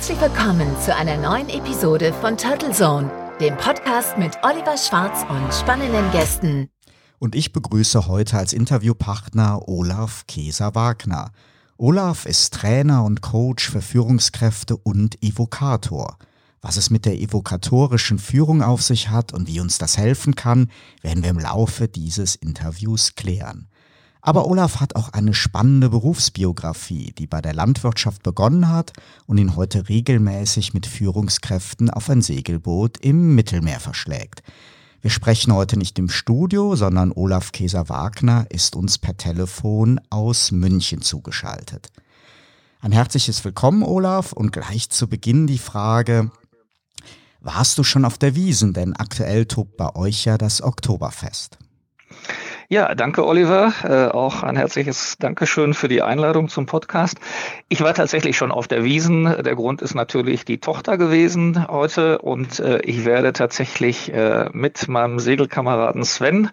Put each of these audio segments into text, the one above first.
Herzlich willkommen zu einer neuen Episode von Turtle Zone, dem Podcast mit Oliver Schwarz und spannenden Gästen. Und ich begrüße heute als Interviewpartner Olaf Keser-Wagner. Olaf ist Trainer und Coach für Führungskräfte und Evokator. Was es mit der evokatorischen Führung auf sich hat und wie uns das helfen kann, werden wir im Laufe dieses Interviews klären. Aber Olaf hat auch eine spannende Berufsbiografie, die bei der Landwirtschaft begonnen hat und ihn heute regelmäßig mit Führungskräften auf ein Segelboot im Mittelmeer verschlägt. Wir sprechen heute nicht im Studio, sondern Olaf Keser-Wagner ist uns per Telefon aus München zugeschaltet. Ein herzliches Willkommen, Olaf, und gleich zu Beginn die Frage: Warst du schon auf der Wiesn? Denn aktuell tobt bei euch ja das Oktoberfest. Ja, danke Oliver. Auch ein herzliches Dankeschön für die Einladung zum Podcast. Ich war tatsächlich schon auf der Wiesn. Der Grund ist natürlich die Tochter gewesen heute und ich werde tatsächlich mit meinem Segelkameraden Sven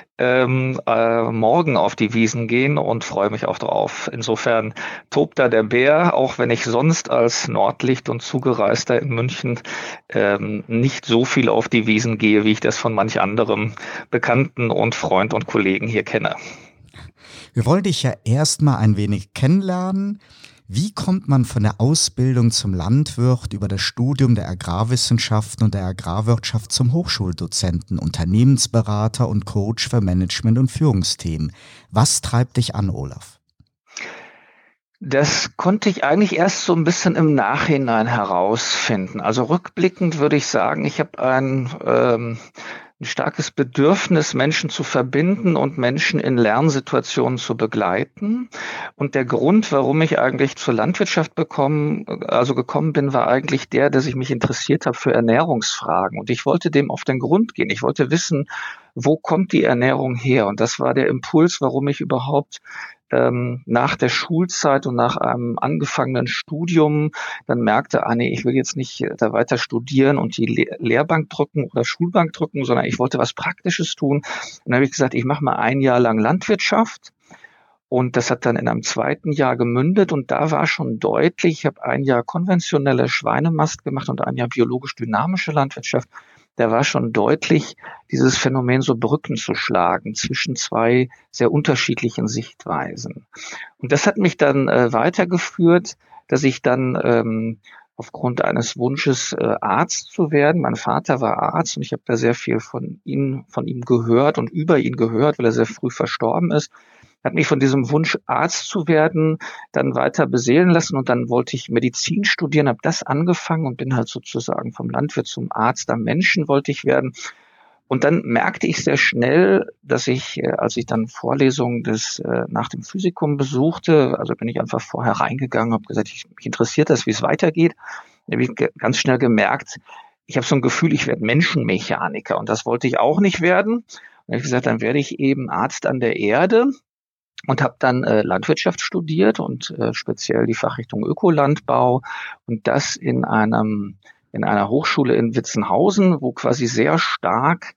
morgen auf die Wiesn gehen und freue mich auch drauf. Insofern tobt da der Bär, auch wenn ich sonst als Nordlicht und Zugereister in München nicht so viel auf die Wiesn gehe, wie ich das von manch anderem Bekannten und Freund und Kollegen hier kenne. Wir wollen dich ja erstmal ein wenig kennenlernen. Wie kommt man von der Ausbildung zum Landwirt über das Studium der Agrarwissenschaften und der Agrarwirtschaft zum Hochschuldozenten, Unternehmensberater und Coach für Management- und Führungsthemen? Was treibt dich an, Olaf? Das konnte ich eigentlich erst so ein bisschen im Nachhinein herausfinden. Also rückblickend würde ich sagen, ich habe ein starkes Bedürfnis, Menschen zu verbinden und Menschen in Lernsituationen zu begleiten. Und der Grund, warum ich eigentlich zur Landwirtschaft gekommen bin, war eigentlich der, dass ich mich interessiert habe für Ernährungsfragen. Und ich wollte dem auf den Grund gehen. Ich wollte wissen, wo kommt die Ernährung her? Und das war der Impuls, warum ich überhaupt nach der Schulzeit und nach einem angefangenen Studium dann merkte, ich will jetzt nicht da weiter studieren und die Lehrbank drücken oder Schulbank drücken, sondern ich wollte was Praktisches tun. Und dann habe ich gesagt, ich mache mal ein Jahr lang Landwirtschaft. Und das hat dann in einem zweiten Jahr gemündet und da war schon deutlich, ich habe ein Jahr konventionelle Schweinemast gemacht und ein Jahr biologisch-dynamische Landwirtschaft. Da war schon deutlich, dieses Phänomen so Brücken zu schlagen zwischen zwei sehr unterschiedlichen Sichtweisen. Und das hat mich dann weitergeführt, dass ich dann aufgrund eines Wunsches, Arzt zu werden. Mein Vater war Arzt und ich habe da sehr viel von ihm gehört und über ihn gehört, weil er sehr früh verstorben ist. Hat mich von diesem Wunsch, Arzt zu werden, dann weiter beseelen lassen und dann wollte ich Medizin studieren, habe das angefangen und bin halt sozusagen vom Landwirt zum Arzt am Menschen wollte ich werden. Und dann merkte ich sehr schnell, dass ich, als ich dann Vorlesungen nach dem Physikum besuchte, also bin ich einfach vorher reingegangen, habe gesagt, mich interessiert das, wie es weitergeht. Da habe ich ganz schnell gemerkt, ich habe so ein Gefühl, ich werde Menschenmechaniker und das wollte ich auch nicht werden. Und da habe ich gesagt, dann werde ich eben Arzt an der Erde. Und habe dann Landwirtschaft studiert und speziell die Fachrichtung Ökolandbau und das in einer Hochschule in Witzenhausen, wo quasi sehr stark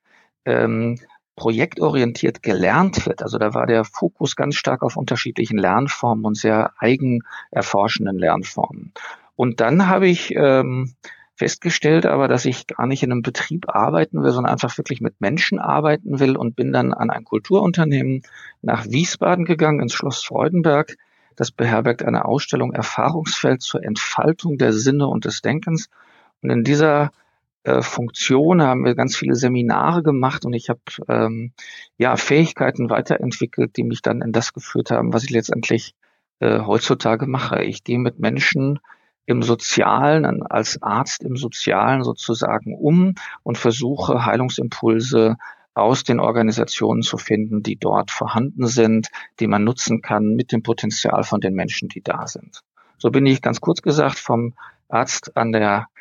projektorientiert gelernt wird. Also da war der Fokus ganz stark auf unterschiedlichen Lernformen und sehr eigen erforschenden Lernformen. Und dann habe ich festgestellt aber, dass ich gar nicht in einem Betrieb arbeiten will, sondern einfach wirklich mit Menschen arbeiten will und bin dann an ein Kulturunternehmen nach Wiesbaden gegangen, ins Schloss Freudenberg. Das beherbergt eine Ausstellung Erfahrungsfeld zur Entfaltung der Sinne und des Denkens. Und in dieser Funktion haben wir ganz viele Seminare gemacht und ich habe Fähigkeiten weiterentwickelt, die mich dann in das geführt haben, was ich letztendlich heutzutage mache. Ich gehe mit Menschen im Sozialen, als Arzt im Sozialen sozusagen und versuche Heilungsimpulse aus den Organisationen zu finden, die dort vorhanden sind, die man nutzen kann mit dem Potenzial von den Menschen, die da sind. So bin ich ganz kurz gesagt vom Arzt am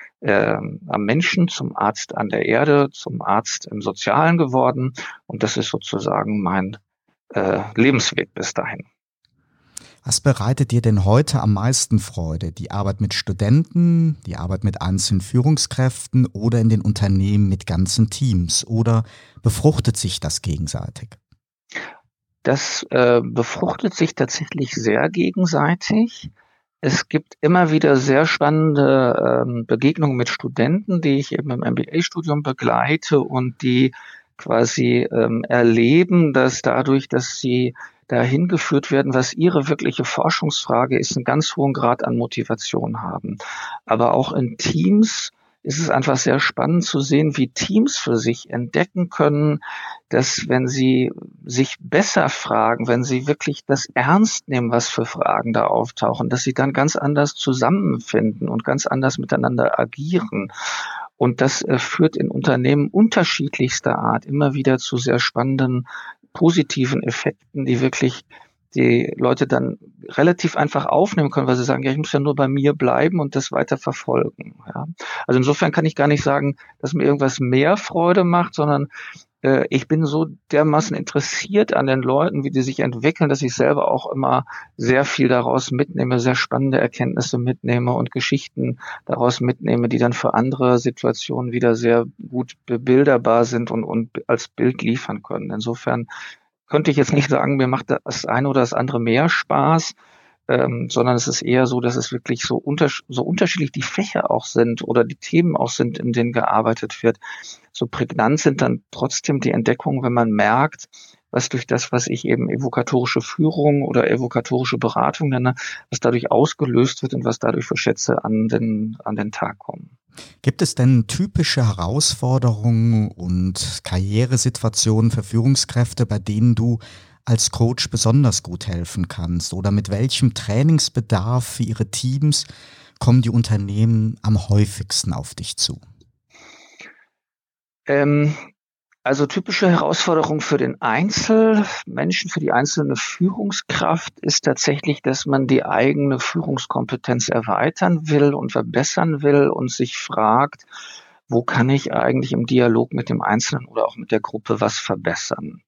Menschen zum Arzt an der Erde, zum Arzt im Sozialen geworden und das ist sozusagen mein Lebensweg bis dahin. Was bereitet dir denn heute am meisten Freude? Die Arbeit mit Studenten, die Arbeit mit einzelnen Führungskräften oder in den Unternehmen mit ganzen Teams? Oder befruchtet sich das gegenseitig? Das befruchtet sich tatsächlich sehr gegenseitig. Es gibt immer wieder sehr spannende Begegnungen mit Studenten, die ich eben im MBA-Studium begleite und die quasi erleben, dass dadurch, dass sie dahin geführt werden, was ihre wirkliche Forschungsfrage ist, einen ganz hohen Grad an Motivation haben. Aber auch in Teams ist es einfach sehr spannend zu sehen, wie Teams für sich entdecken können, dass wenn sie sich besser fragen, wenn sie wirklich das ernst nehmen, was für Fragen da auftauchen, dass sie dann ganz anders zusammenfinden und ganz anders miteinander agieren. Und das führt in Unternehmen unterschiedlichster Art immer wieder zu sehr spannenden positiven Effekten, die wirklich die Leute dann relativ einfach aufnehmen können, weil sie sagen, ja, ich muss ja nur bei mir bleiben und das weiter verfolgen. Ja. Also insofern kann ich gar nicht sagen, dass mir irgendwas mehr Freude macht, sondern ich bin so dermaßen interessiert an den Leuten, wie die sich entwickeln, dass ich selber auch immer sehr viel daraus mitnehme, sehr spannende Erkenntnisse mitnehme und Geschichten daraus mitnehme, die dann für andere Situationen wieder sehr gut bebilderbar sind und als Bild liefern können. Insofern könnte ich jetzt nicht sagen, mir macht das eine oder das andere mehr Spaß, sondern es ist eher so, dass es wirklich so unterschiedlich die Fächer auch sind oder die Themen auch sind, in denen gearbeitet wird. So prägnant sind dann trotzdem die Entdeckungen, wenn man merkt, was durch das, was ich eben evokatorische Führung oder evokatorische Beratung nenne, was dadurch ausgelöst wird und was dadurch für Schätze an den Tag kommen. Gibt es denn typische Herausforderungen und Karrieresituationen für Führungskräfte, bei denen du als Coach besonders gut helfen kannst? Oder mit welchem Trainingsbedarf für ihre Teams kommen die Unternehmen am häufigsten auf dich zu? Also typische Herausforderung für den Einzelmenschen, für die einzelne Führungskraft ist tatsächlich, dass man die eigene Führungskompetenz erweitern will und verbessern will und sich fragt, wo kann ich eigentlich im Dialog mit dem Einzelnen oder auch mit der Gruppe was verbessern?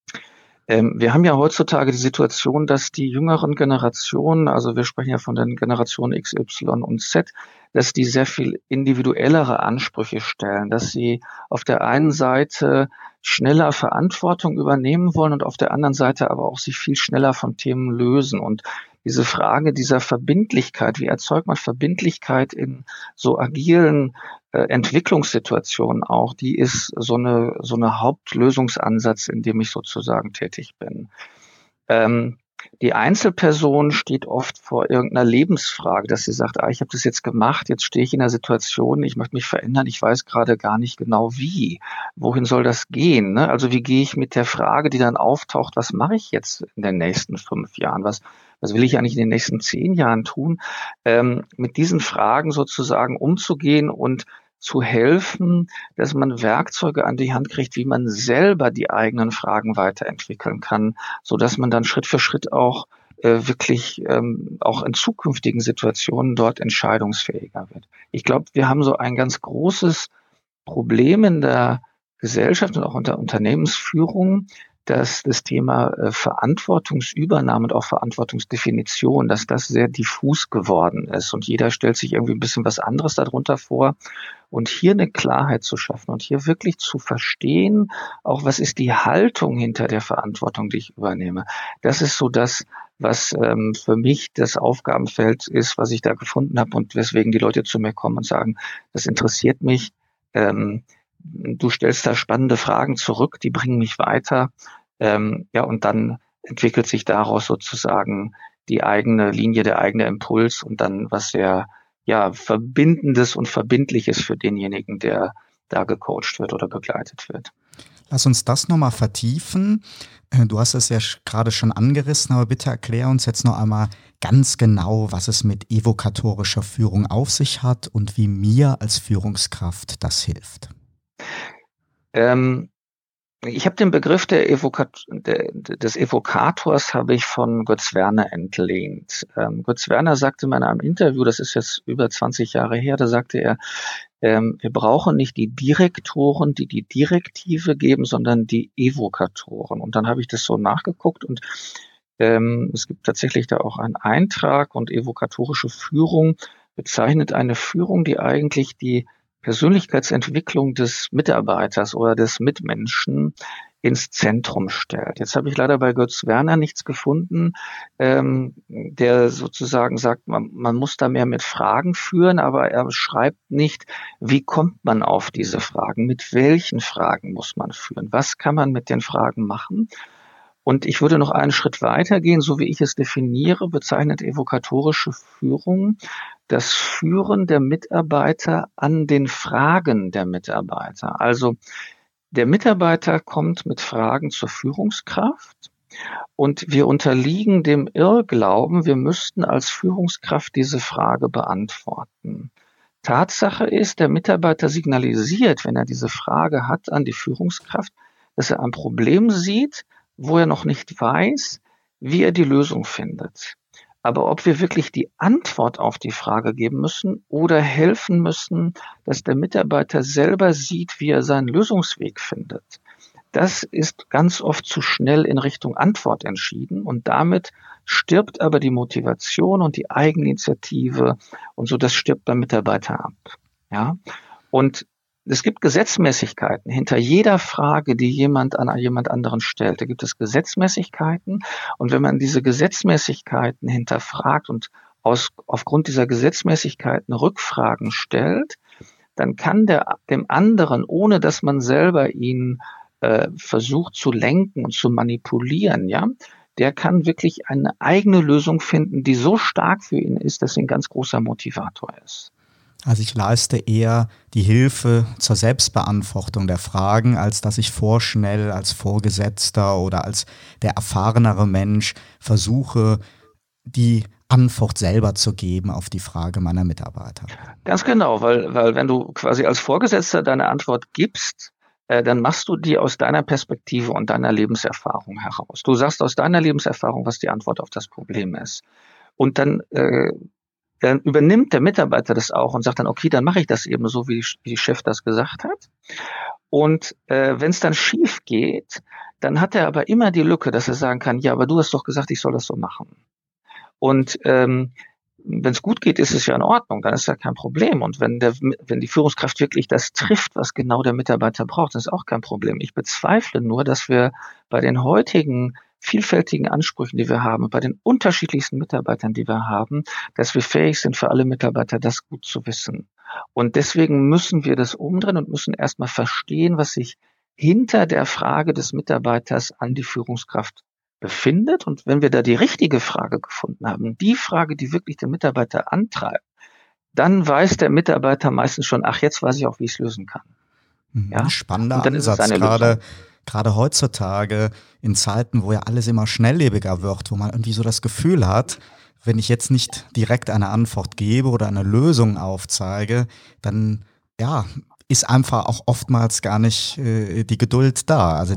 Wir haben ja heutzutage die Situation, dass die jüngeren Generationen, also wir sprechen ja von den Generationen X, Y und Z, dass die sehr viel individuellere Ansprüche stellen, dass sie auf der einen Seite schneller Verantwortung übernehmen wollen und auf der anderen Seite aber auch sich viel schneller von Themen lösen. Und diese Frage dieser Verbindlichkeit, wie erzeugt man Verbindlichkeit in so agilen Entwicklungssituationen auch, die ist so eine Hauptlösungsansatz, in dem ich sozusagen tätig bin. Die Einzelperson steht oft vor irgendeiner Lebensfrage, dass sie sagt, ich habe das jetzt gemacht, jetzt stehe ich in einer Situation, ich möchte mich verändern, ich weiß gerade gar nicht genau wie. Wohin soll das gehen? Ne? Also wie gehe ich mit der Frage, die dann auftaucht, was mache ich jetzt in den nächsten 5 Jahren? Was will ich eigentlich in den nächsten 10 Jahren tun? Mit diesen Fragen sozusagen umzugehen und zu helfen, dass man Werkzeuge an die Hand kriegt, wie man selber die eigenen Fragen weiterentwickeln kann, so dass man dann Schritt für Schritt auch wirklich auch in zukünftigen Situationen dort entscheidungsfähiger wird. Ich glaube, wir haben so ein ganz großes Problem in der Gesellschaft und auch unter Unternehmensführung, dass das Thema Verantwortungsübernahme und auch Verantwortungsdefinition, dass das sehr diffus geworden ist und jeder stellt sich irgendwie ein bisschen was anderes darunter vor. Und hier eine Klarheit zu schaffen und hier wirklich zu verstehen, auch was ist die Haltung hinter der Verantwortung, die ich übernehme. Das ist so das, was für mich das Aufgabenfeld ist, was ich da gefunden habe und weswegen die Leute zu mir kommen und sagen, das interessiert mich. Du stellst da spannende Fragen zurück, die bringen mich weiter. Und dann entwickelt sich daraus sozusagen die eigene Linie, der eigene Impuls und dann was sehr Verbindendes und Verbindliches für denjenigen, der da gecoacht wird oder begleitet wird. Lass uns das nochmal vertiefen. Du hast es ja gerade schon angerissen, aber bitte erklär uns jetzt noch einmal ganz genau, was es mit evokatorischer Führung auf sich hat und wie mir als Führungskraft das hilft. Ich habe den Begriff des Evokators habe ich von Götz Werner entlehnt. Götz Werner sagte in einem Interview, das ist jetzt über 20 Jahre her, da sagte er, wir brauchen nicht die Direktoren, die die Direktive geben, sondern die Evokatoren. Und dann habe ich das so nachgeguckt und es gibt tatsächlich da auch einen Eintrag und evokatorische Führung bezeichnet eine Führung, die eigentlich die Persönlichkeitsentwicklung des Mitarbeiters oder des Mitmenschen ins Zentrum stellt. Jetzt habe ich leider bei Götz Werner nichts gefunden, der sozusagen sagt, man muss da mehr mit Fragen führen, aber er schreibt nicht, wie kommt man auf diese Fragen, mit welchen Fragen muss man führen, was kann man mit den Fragen machen. Und ich würde noch einen Schritt weiter gehen, so wie ich es definiere, bezeichnet evokatorische Führung das Führen der Mitarbeiter an den Fragen der Mitarbeiter. Also der Mitarbeiter kommt mit Fragen zur Führungskraft und wir unterliegen dem Irrglauben, wir müssten als Führungskraft diese Frage beantworten. Tatsache ist, der Mitarbeiter signalisiert, wenn er diese Frage hat an die Führungskraft, dass er ein Problem sieht, wo er noch nicht weiß, wie er die Lösung findet. Aber ob wir wirklich die Antwort auf die Frage geben müssen oder helfen müssen, dass der Mitarbeiter selber sieht, wie er seinen Lösungsweg findet, das ist ganz oft zu schnell in Richtung Antwort entschieden und damit stirbt aber die Motivation und die Eigeninitiative und so, das stirbt beim Mitarbeiter ab. Ja? Und es gibt Gesetzmäßigkeiten. Hinter jeder Frage, die jemand an jemand anderen stellt, da gibt es Gesetzmäßigkeiten. Und wenn man diese Gesetzmäßigkeiten hinterfragt und aufgrund dieser Gesetzmäßigkeiten Rückfragen stellt, dann kann dem anderen, ohne dass man selber ihn versucht zu lenken und zu manipulieren, ja, der kann wirklich eine eigene Lösung finden, die so stark für ihn ist, dass er ein ganz großer Motivator ist. Also ich leiste eher die Hilfe zur Selbstbeantwortung der Fragen, als dass ich vorschnell als Vorgesetzter oder als der erfahrenere Mensch versuche, die Antwort selber zu geben auf die Frage meiner Mitarbeiter. Ganz genau, weil wenn du quasi als Vorgesetzter deine Antwort gibst, dann machst du die aus deiner Perspektive und deiner Lebenserfahrung heraus. Du sagst aus deiner Lebenserfahrung, was die Antwort auf das Problem ist. Und dann übernimmt der Mitarbeiter das auch und sagt dann, okay, dann mache ich das eben so, wie die Chef das gesagt hat. Und wenn es dann schief geht, dann hat er aber immer die Lücke, dass er sagen kann, ja, aber du hast doch gesagt, ich soll das so machen. Und wenn es gut geht, ist es ja in Ordnung, dann ist ja kein Problem. Und wenn die Führungskraft wirklich das trifft, was genau der Mitarbeiter braucht, dann ist auch kein Problem. Ich bezweifle nur, dass wir bei den heutigen vielfältigen Ansprüchen, die wir haben, bei den unterschiedlichsten Mitarbeitern, die wir haben, dass wir fähig sind, für alle Mitarbeiter das gut zu wissen. Und deswegen müssen wir das umdrehen und müssen erstmal verstehen, was sich hinter der Frage des Mitarbeiters an die Führungskraft befindet. Und wenn wir da die richtige Frage gefunden haben, die Frage, die wirklich den Mitarbeiter antreibt, dann weiß der Mitarbeiter meistens schon, ach, jetzt weiß ich auch, wie ich es lösen kann. Ja? Spannender Ansatz, gerade heutzutage in Zeiten, wo ja alles immer schnelllebiger wird, wo man irgendwie so das Gefühl hat, wenn ich jetzt nicht direkt eine Antwort gebe oder eine Lösung aufzeige, dann ist einfach auch oftmals gar nicht die Geduld da. Also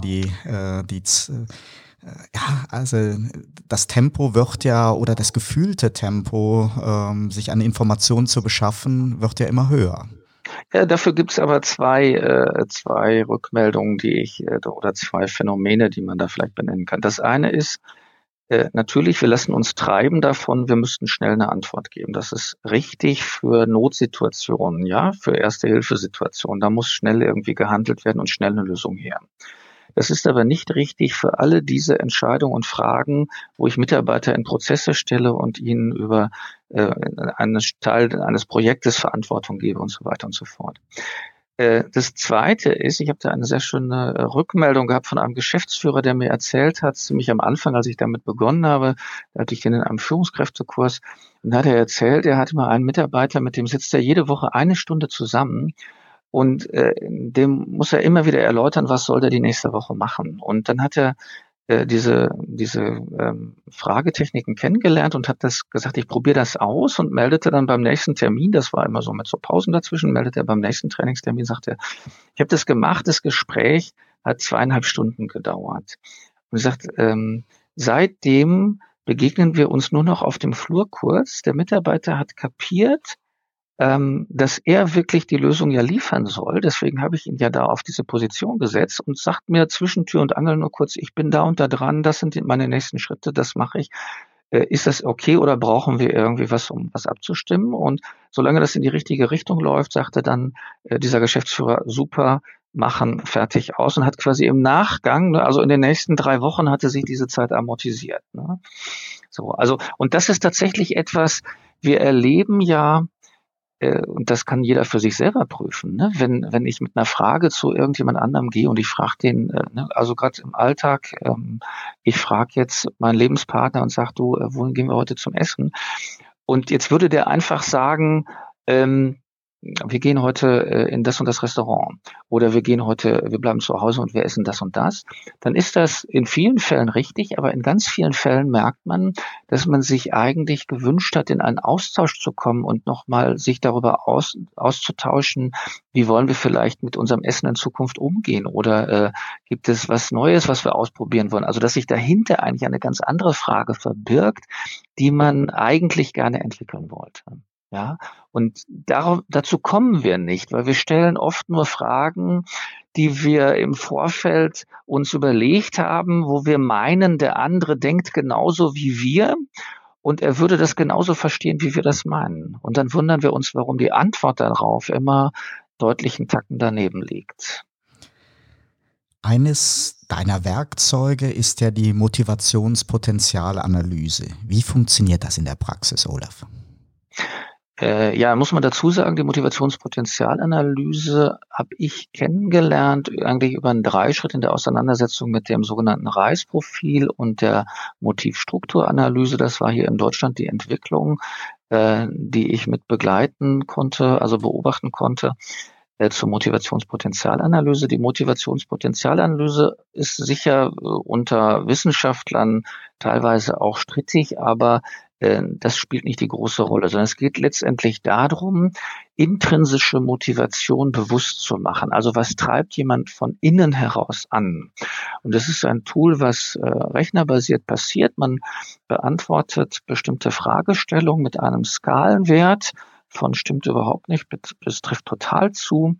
also das Tempo wird ja, oder das gefühlte Tempo, sich an Informationen zu beschaffen, wird ja immer höher. Ja, dafür gibt es aber zwei Rückmeldungen, oder zwei Phänomene, die man da vielleicht benennen kann. Das eine ist, natürlich, wir lassen uns treiben davon, wir müssten schnell eine Antwort geben. Das ist richtig für Notsituationen, ja, für Erste-Hilfe-Situationen. Da muss schnell irgendwie gehandelt werden und schnell eine Lösung her. Das ist aber nicht richtig für alle diese Entscheidungen und Fragen, wo ich Mitarbeiter in Prozesse stelle und ihnen über einen Teil eines Projektes Verantwortung gebe und so weiter und so fort. Das Zweite ist, ich habe da eine sehr schöne Rückmeldung gehabt von einem Geschäftsführer, der mir erzählt hat, ziemlich am Anfang, als ich damit begonnen habe, da hatte ich den in einem Führungskräftekurs, und da hat er erzählt, er hatte mal einen Mitarbeiter, mit dem sitzt er jede Woche 1 Stunde zusammen. Und dem muss er immer wieder erläutern, was soll der die nächste Woche machen. Und dann hat er diese Fragetechniken kennengelernt und hat das gesagt, ich probiere das aus, und meldete dann beim nächsten Termin, das war immer so mit so Pausen dazwischen, meldete er beim nächsten Trainingstermin, sagte er, ich habe das gemacht, das Gespräch hat 2,5 Stunden gedauert. Und er sagt, seitdem begegnen wir uns nur noch auf dem Flur kurz. Der Mitarbeiter hat kapiert, dass er wirklich die Lösung ja liefern soll. Deswegen habe ich ihn ja da auf diese Position gesetzt und sagt mir zwischen Tür und Angel nur kurz, ich bin da und da dran, das sind meine nächsten Schritte, das mache ich. Ist das okay oder brauchen wir irgendwie was, um was abzustimmen? Und solange das in die richtige Richtung läuft, sagte dann dieser Geschäftsführer, super, machen, fertig aus und hat quasi im Nachgang, ne, also in den nächsten 3 Wochen hatte sich diese Zeit amortisiert. Ne? So, also, und das ist tatsächlich etwas, wir erleben ja, und das kann jeder für sich selber prüfen, ne? Wenn ich mit einer Frage zu irgendjemand anderem gehe und ich frage den, ne, also gerade im Alltag, ich frage jetzt meinen Lebenspartner und sage, du, wohin gehen wir heute zum Essen? Und jetzt würde der einfach sagen, wir gehen heute in das und das Restaurant oder wir bleiben zu Hause und wir essen das und das, dann ist das in vielen Fällen richtig, aber in ganz vielen Fällen merkt man, dass man sich eigentlich gewünscht hat, in einen Austausch zu kommen und nochmal sich darüber auszutauschen, wie wollen wir vielleicht mit unserem Essen in Zukunft umgehen oder gibt es was Neues, was wir ausprobieren wollen? Also dass sich dahinter eigentlich eine ganz andere Frage verbirgt, die man eigentlich gerne entwickeln wollte. Ja, und dazu kommen wir nicht, weil wir stellen oft nur Fragen, die wir im Vorfeld uns überlegt haben, wo wir meinen, der andere denkt genauso wie wir und er würde das genauso verstehen, wie wir das meinen. Und dann wundern wir uns, warum die Antwort darauf immer deutlichen Tacken daneben liegt. Eines deiner Werkzeuge ist ja die Motivationspotenzialanalyse. Wie funktioniert das in der Praxis, Olaf? Ja, muss man dazu sagen, die Motivationspotenzialanalyse habe ich kennengelernt, eigentlich über einen Dreischritt in der Auseinandersetzung mit dem sogenannten RISE-Profil und der Motivstrukturanalyse. Das war hier in Deutschland die Entwicklung, die ich mit begleiten konnte, also beobachten konnte, zur Motivationspotenzialanalyse. Die Motivationspotenzialanalyse ist sicher unter Wissenschaftlern teilweise auch strittig, aber das spielt nicht die große Rolle, sondern es geht letztendlich darum, intrinsische Motivation bewusst zu machen. Also was treibt jemand von innen heraus an? Und das ist ein Tool, was rechnerbasiert passiert. Man beantwortet bestimmte Fragestellungen mit einem Skalenwert von stimmt überhaupt nicht bis trifft total zu,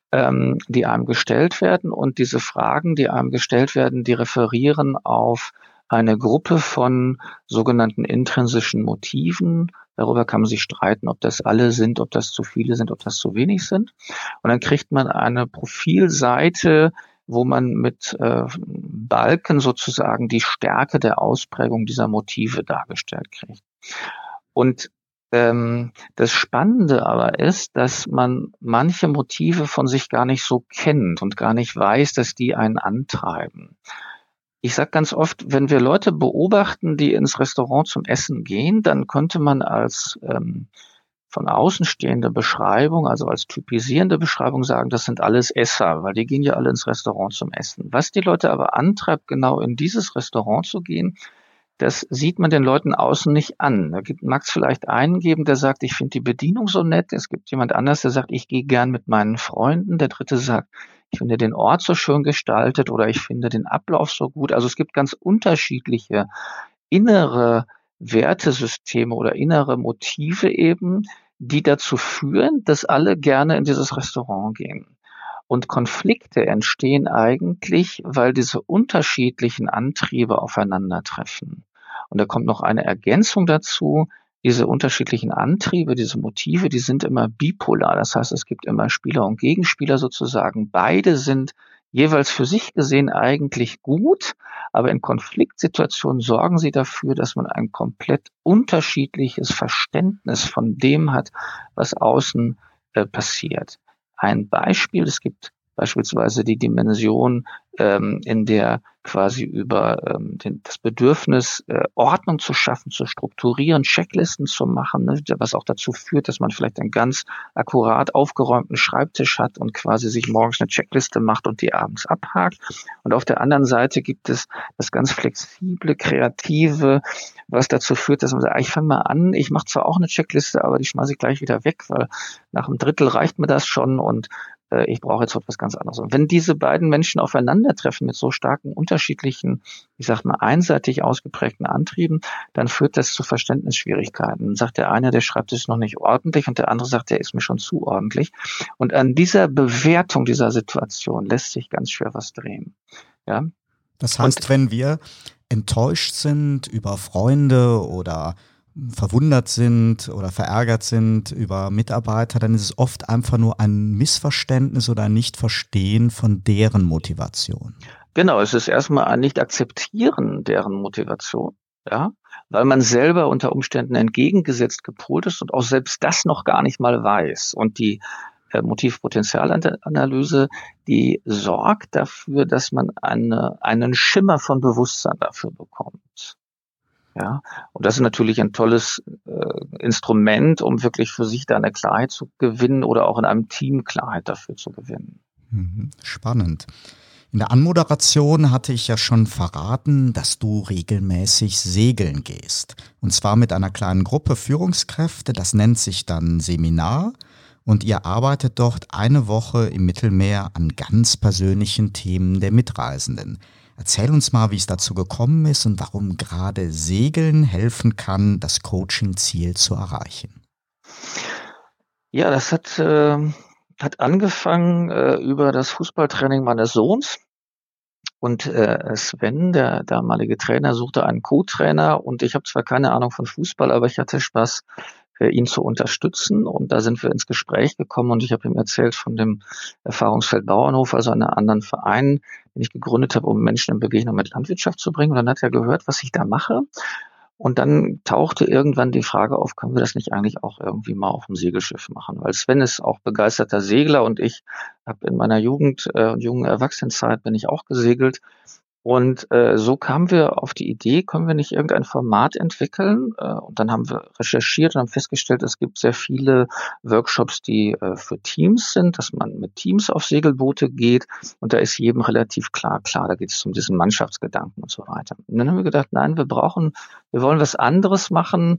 die einem gestellt werden. Und diese Fragen, die einem gestellt werden, die referieren auf eine Gruppe von sogenannten intrinsischen Motiven. Darüber kann man sich streiten, ob das alle sind, ob das zu viele sind, ob das zu wenig sind. Und dann kriegt man eine Profilseite, wo man mit Balken sozusagen die Stärke der Ausprägung dieser Motive dargestellt kriegt. Und das Spannende aber ist, dass man manche Motive von sich gar nicht so kennt und gar nicht weiß, dass die einen antreiben. Ich sage ganz oft, wenn wir Leute beobachten, die ins Restaurant zum Essen gehen, dann könnte man als von außen stehende Beschreibung, also als typisierende Beschreibung sagen, das sind alles Esser, weil die gehen ja alle ins Restaurant zum Essen. Was die Leute aber antreibt, genau in dieses Restaurant zu gehen, das sieht man den Leuten außen nicht an. Da mag es vielleicht einen geben, der sagt, ich finde die Bedienung so nett. Es gibt jemand anders, der sagt, ich gehe gern mit meinen Freunden. Der dritte sagt, ich finde den Ort so schön gestaltet oder ich finde den Ablauf so gut. Also es gibt ganz unterschiedliche innere Wertesysteme oder innere Motive eben, die dazu führen, dass alle gerne in dieses Restaurant gehen. Und Konflikte entstehen eigentlich, weil diese unterschiedlichen Antriebe aufeinandertreffen. Und da kommt noch eine Ergänzung dazu. Diese unterschiedlichen Antriebe, diese Motive, die sind immer bipolar. Das heißt, es gibt immer Spieler und Gegenspieler sozusagen. Beide sind jeweils für sich gesehen eigentlich gut, aber in Konfliktsituationen sorgen sie dafür, dass man ein komplett unterschiedliches Verständnis von dem hat, was außen passiert. Ein Beispiel, es gibt beispielsweise die Dimension, in der quasi über das Bedürfnis, Ordnung zu schaffen, zu strukturieren, Checklisten zu machen, ne, was auch dazu führt, dass man vielleicht einen ganz akkurat aufgeräumten Schreibtisch hat und quasi sich morgens eine Checkliste macht und die abends abhakt. Und auf der anderen Seite gibt es das ganz flexible, kreative, was dazu führt, dass man sagt, ich fange mal an, ich mache zwar auch eine Checkliste, aber die schmeiße ich gleich wieder weg, weil nach einem Drittel reicht mir das schon und ich brauche jetzt etwas ganz anderes. Und wenn diese beiden Menschen aufeinandertreffen mit so starken, unterschiedlichen, ich sag mal, einseitig ausgeprägten Antrieben, dann führt das zu Verständnisschwierigkeiten. Dann sagt der eine, der schreibt es noch nicht ordentlich und der andere sagt, der ist mir schon zu ordentlich. Und an dieser Bewertung dieser Situation lässt sich ganz schwer was drehen. Ja? Das heißt, wenn wir enttäuscht sind über Freunde oder verwundert sind oder verärgert sind über Mitarbeiter, dann ist es oft einfach nur ein Missverständnis oder ein Nichtverstehen von deren Motivation. Genau, es ist erstmal ein Nicht-Akzeptieren deren Motivation, ja, weil man selber unter Umständen entgegengesetzt gepolt ist und auch selbst das noch gar nicht mal weiß. Und die Motiv-Potenzial-Analyse, die sorgt dafür, dass man einen Schimmer von Bewusstsein dafür bekommt. Ja, und das ist natürlich ein tolles Instrument, um wirklich für sich da eine Klarheit zu gewinnen oder auch in einem Team Klarheit dafür zu gewinnen. Spannend. In der Anmoderation hatte ich ja schon verraten, dass du regelmäßig segeln gehst. Und zwar mit einer kleinen Gruppe Führungskräfte, das nennt sich dann Seminar. Und ihr arbeitet dort eine Woche im Mittelmeer an ganz persönlichen Themen der Mitreisenden. Erzähl uns mal, wie es dazu gekommen ist und warum gerade Segeln helfen kann, das Coaching-Ziel zu erreichen. Ja, das hat angefangen über das Fußballtraining meines Sohns. Und Sven, der damalige Trainer, suchte einen Co-Trainer. Und ich habe zwar keine Ahnung von Fußball, aber ich hatte Spaß, ihn zu unterstützen. Und da sind wir ins Gespräch gekommen und ich habe ihm erzählt von dem Erfahrungsfeld Bauernhof, also einem anderen Verein, den ich gegründet habe, um Menschen in Begegnung mit Landwirtschaft zu bringen. Und dann hat er gehört, was ich da mache. Und dann tauchte irgendwann die Frage auf, können wir das nicht eigentlich auch irgendwie mal auf dem Segelschiff machen? Weil Sven ist auch begeisterter Segler und ich habe in meiner Jugend und jungen Erwachsenenzeit bin ich auch gesegelt. Und so kamen wir auf die Idee, können wir nicht irgendein Format entwickeln? Und dann haben wir recherchiert und haben festgestellt, es gibt sehr viele Workshops, die für Teams sind, dass man mit Teams auf Segelboote geht. Und da ist jedem relativ klar, da geht es um diesen Mannschaftsgedanken und so weiter. Und dann haben wir gedacht, nein, wir wollen was anderes machen.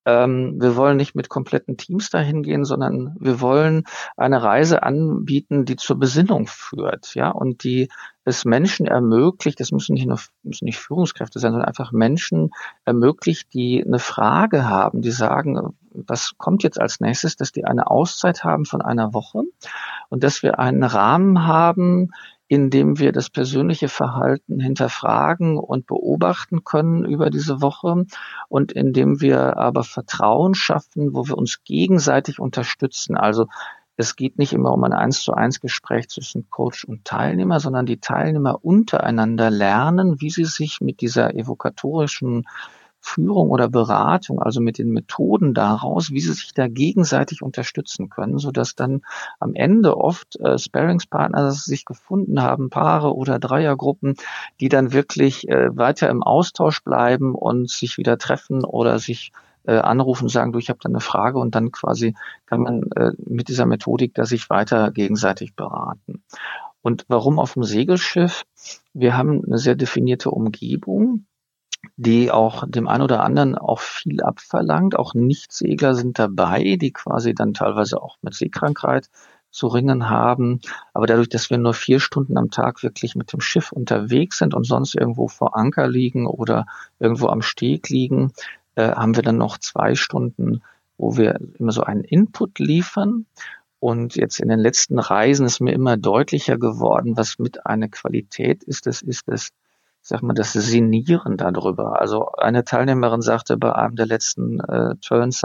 Wir wollen nicht mit kompletten Teams dahin gehen, sondern wir wollen eine Reise anbieten, die zur Besinnung führt, ja, und die es Menschen ermöglicht, das müssen nicht Führungskräfte sein, sondern einfach Menschen ermöglicht, die eine Frage haben, die sagen, was kommt jetzt als nächstes, dass die eine Auszeit haben von einer Woche und dass wir einen Rahmen haben, in dem wir das persönliche Verhalten hinterfragen und beobachten können über diese Woche und in dem wir aber Vertrauen schaffen, wo wir uns gegenseitig unterstützen. Also es geht nicht immer um ein 1:1 Gespräch zwischen Coach und Teilnehmer, sondern die Teilnehmer untereinander lernen, wie sie sich mit dieser evokatorischen Führung oder Beratung, also mit den Methoden daraus, wie sie sich da gegenseitig unterstützen können, sodass dann am Ende oft Sparringspartner sich gefunden haben, Paare oder Dreiergruppen, die dann wirklich weiter im Austausch bleiben und sich wieder treffen oder sich anrufen und sagen, du, ich habe da eine Frage und dann quasi kann man mit dieser Methodik da sich weiter gegenseitig beraten. Und warum auf dem Segelschiff? Wir haben eine sehr definierte Umgebung, die auch dem einen oder anderen auch viel abverlangt. Auch Nichtsegler sind dabei, die quasi dann teilweise auch mit Seekrankheit zu ringen haben. Aber dadurch, dass wir nur 4 Stunden am Tag wirklich mit dem Schiff unterwegs sind und sonst irgendwo vor Anker liegen oder irgendwo am Steg liegen, haben wir dann noch 2 Stunden, wo wir immer so einen Input liefern. Und jetzt in den letzten Reisen ist mir immer deutlicher geworden, was mit einer Qualität ist. Das ist das, sag mal, das Sinnieren darüber. Also eine Teilnehmerin sagte bei einem der letzten Turns,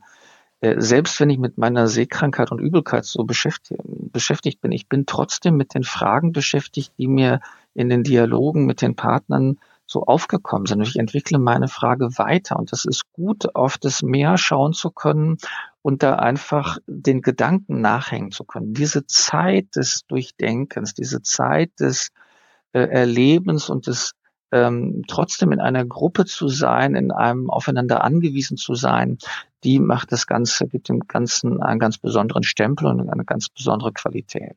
selbst wenn ich mit meiner Seekrankheit und Übelkeit so beschäftigt bin, ich bin trotzdem mit den Fragen beschäftigt, die mir in den Dialogen mit den Partnern so aufgekommen sind. Und ich entwickle meine Frage weiter. Und das ist gut, auf das Meer schauen zu können und da einfach den Gedanken nachhängen zu können. Diese Zeit des Durchdenkens, diese Zeit des Erlebens und des trotzdem in einer Gruppe zu sein, in einem aufeinander angewiesen zu sein, die macht das Ganze, gibt dem Ganzen einen ganz besonderen Stempel und eine ganz besondere Qualität.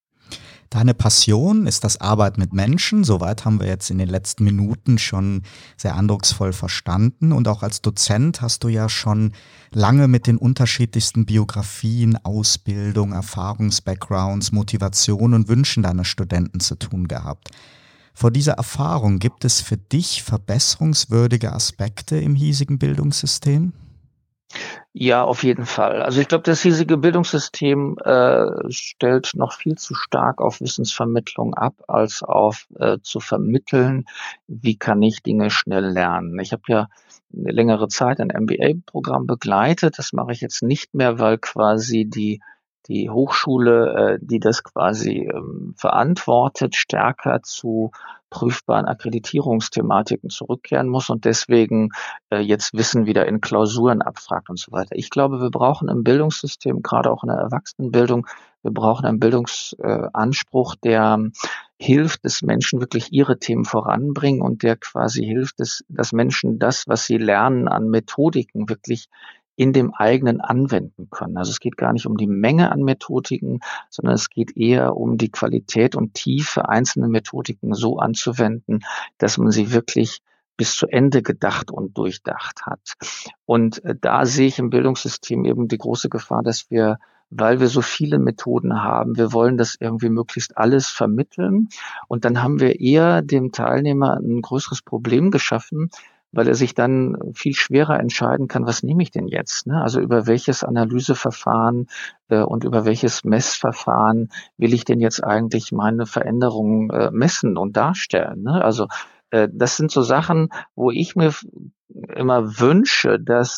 Deine Passion ist das Arbeit mit Menschen. Soweit haben wir jetzt in den letzten Minuten schon sehr eindrucksvoll verstanden. Und auch als Dozent hast du ja schon lange mit den unterschiedlichsten Biografien, Ausbildung, Erfahrungsbackgrounds, Motivation und Wünschen deiner Studenten zu tun gehabt. Vor dieser Erfahrung gibt es für dich verbesserungswürdige Aspekte im hiesigen Bildungssystem? Ja, auf jeden Fall. Also ich glaube, das hiesige Bildungssystem stellt noch viel zu stark auf Wissensvermittlung ab, als auf zu vermitteln, wie kann ich Dinge schnell lernen. Ich habe ja eine längere Zeit ein MBA-Programm begleitet. Das mache ich jetzt nicht mehr, weil quasi die Hochschule, die das quasi verantwortet, stärker zu prüfbaren Akkreditierungsthematiken zurückkehren muss und deswegen jetzt Wissen wieder in Klausuren abfragt und so weiter. Ich glaube, wir brauchen im Bildungssystem, gerade auch in der Erwachsenenbildung, wir brauchen einen Bildungsanspruch, der hilft, dass Menschen wirklich ihre Themen voranbringen und der quasi hilft, dass Menschen das, was sie lernen an Methodiken, wirklich in dem eigenen anwenden können. Also es geht gar nicht um die Menge an Methodiken, sondern es geht eher um die Qualität und Tiefe einzelner Methodiken so anzuwenden, dass man sie wirklich bis zu Ende gedacht und durchdacht hat. Und da sehe ich im Bildungssystem eben die große Gefahr, dass wir, weil wir so viele Methoden haben, wir wollen das irgendwie möglichst alles vermitteln. Und dann haben wir eher dem Teilnehmer ein größeres Problem geschaffen, weil er sich dann viel schwerer entscheiden kann, was nehme ich denn jetzt? Ne? Also über welches Analyseverfahren und über welches Messverfahren will ich denn jetzt eigentlich meine Veränderungen messen und darstellen? Ne? Also das sind so Sachen, wo ich mir immer wünsche,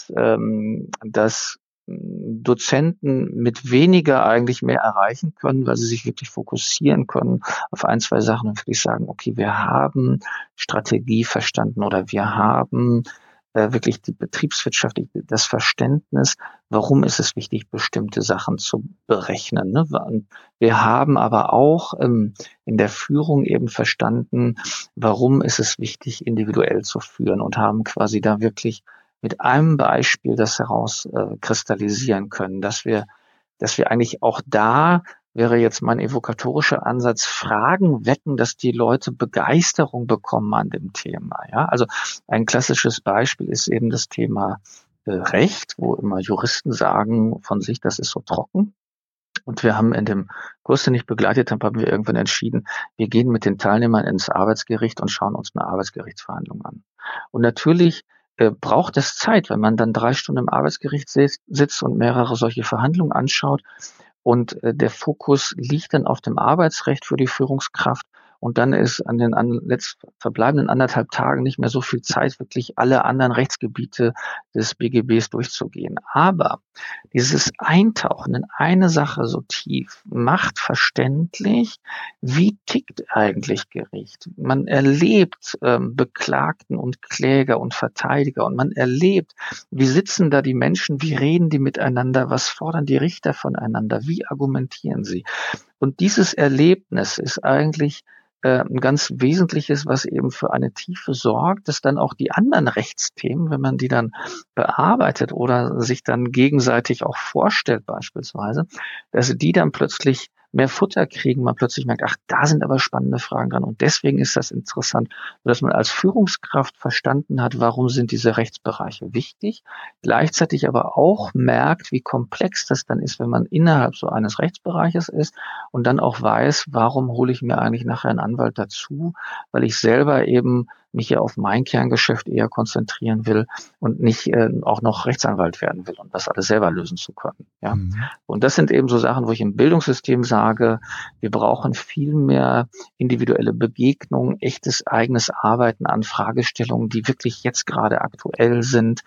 dass Dozenten mit weniger eigentlich mehr erreichen können, weil sie sich wirklich fokussieren können auf ein, zwei Sachen und wirklich sagen, okay, wir haben Strategie verstanden oder wir haben wirklich die Betriebswirtschaft, das Verständnis, warum ist es wichtig, bestimmte Sachen zu berechnen. Ne? Und wir haben aber auch in der Führung eben verstanden, warum ist es wichtig, individuell zu führen und haben quasi da wirklich mit einem Beispiel das herauskristallisieren können, dass wir eigentlich auch da wäre jetzt mein evokatorischer Ansatz, Fragen wecken, dass die Leute Begeisterung bekommen an dem Thema. Ja, also ein klassisches Beispiel ist eben das Thema Recht, wo immer Juristen sagen von sich, das ist so trocken. Und wir haben in dem Kurs, den ich begleitet habe, haben wir irgendwann entschieden, wir gehen mit den Teilnehmern ins Arbeitsgericht und schauen uns eine Arbeitsgerichtsverhandlung an. Und natürlich braucht es Zeit, wenn man dann 3 Stunden im Arbeitsgericht sitzt und mehrere solche Verhandlungen anschaut. Und der Fokus liegt dann auf dem Arbeitsrecht für die Führungskraft. Und dann ist an den verbleibenden 1,5 Tagen nicht mehr so viel Zeit, wirklich alle anderen Rechtsgebiete des BGBs durchzugehen. Aber dieses Eintauchen in eine Sache so tief macht verständlich, wie tickt eigentlich Gericht. Man erlebt Beklagten und Kläger und Verteidiger und man erlebt, wie sitzen da die Menschen, wie reden die miteinander, was fordern die Richter voneinander, wie argumentieren sie. Und dieses Erlebnis ist eigentlich ein ganz wesentliches, was eben für eine Tiefe sorgt, dass dann auch die anderen Rechtsthemen, wenn man die dann bearbeitet oder sich dann gegenseitig auch vorstellt beispielsweise, dass die dann plötzlich mehr Futter kriegen, man plötzlich merkt, ach, da sind aber spannende Fragen dran. Und deswegen ist das interessant, dass man als Führungskraft verstanden hat, warum sind diese Rechtsbereiche wichtig, gleichzeitig aber auch merkt, wie komplex das dann ist, wenn man innerhalb so eines Rechtsbereiches ist und dann auch weiß, warum hole ich mir eigentlich nachher einen Anwalt dazu, weil ich selber eben mich ja auf mein Kerngeschäft eher konzentrieren will und nicht auch noch Rechtsanwalt werden will und das alles selber lösen zu können. Ja? Und das sind eben so Sachen, wo ich im Bildungssystem sage, wir brauchen viel mehr individuelle Begegnungen, echtes eigenes Arbeiten an Fragestellungen, die wirklich jetzt gerade aktuell sind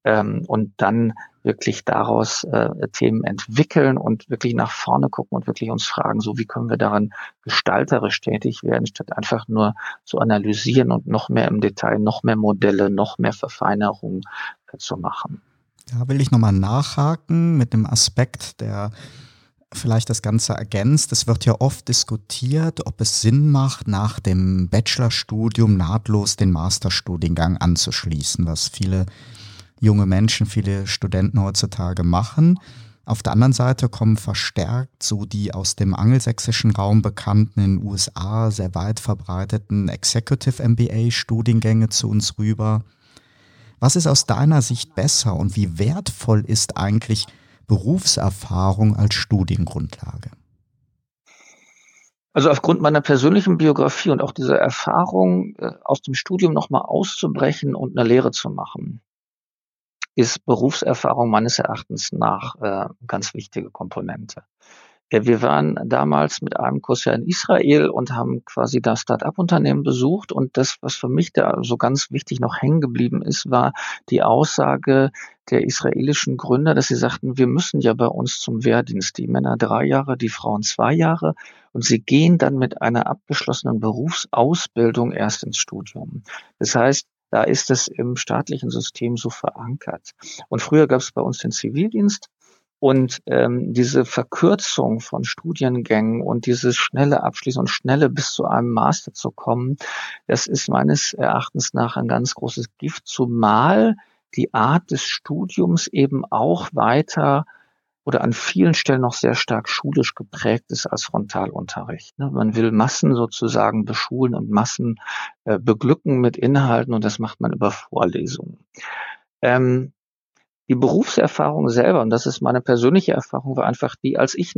und dann wirklich daraus Themen entwickeln und wirklich nach vorne gucken und wirklich uns fragen, so wie können wir daran gestalterisch tätig werden, statt einfach nur zu analysieren und noch mehr im Detail, noch mehr Modelle, noch mehr Verfeinerungen zu machen. Da will ich nochmal nachhaken mit dem Aspekt, der vielleicht das Ganze ergänzt. Es wird ja oft diskutiert, ob es Sinn macht, nach dem Bachelorstudium nahtlos den Masterstudiengang anzuschließen, was viele junge Menschen, viele Studenten heutzutage machen. Auf der anderen Seite kommen verstärkt so die aus dem angelsächsischen Raum bekannten, in den USA sehr weit verbreiteten Executive MBA-Studiengänge zu uns rüber. Was ist aus deiner Sicht besser und wie wertvoll ist eigentlich Berufserfahrung als Studiengrundlage? Also aufgrund meiner persönlichen Biografie und auch dieser Erfahrung aus dem Studium nochmal auszubrechen und eine Lehre zu machen, ist Berufserfahrung meines Erachtens nach ganz wichtige Komponente. Ja, wir waren damals mit einem Kurs ja in Israel und haben quasi das Start-up-Unternehmen besucht. Und das, was für mich da so ganz wichtig noch hängen geblieben ist, war die Aussage der israelischen Gründer, dass sie sagten, wir müssen ja bei uns zum Wehrdienst, die Männer 3 Jahre, die Frauen 2 Jahre. Und sie gehen dann mit einer abgeschlossenen Berufsausbildung erst ins Studium. Das heißt, da ist es im staatlichen System so verankert. Und früher gab es bei uns den Zivildienst. Und diese Verkürzung von Studiengängen und dieses schnelle Abschließen und schnelle bis zu einem Master zu kommen, das ist meines Erachtens nach ein ganz großes Gift, zumal die Art des Studiums eben auch weiter oder an vielen Stellen noch sehr stark schulisch geprägt ist als Frontalunterricht. Man will Massen sozusagen beschulen und Massen beglücken mit Inhalten, und das macht man über Vorlesungen. Die Berufserfahrung selber, und das ist meine persönliche Erfahrung, war einfach die, als ich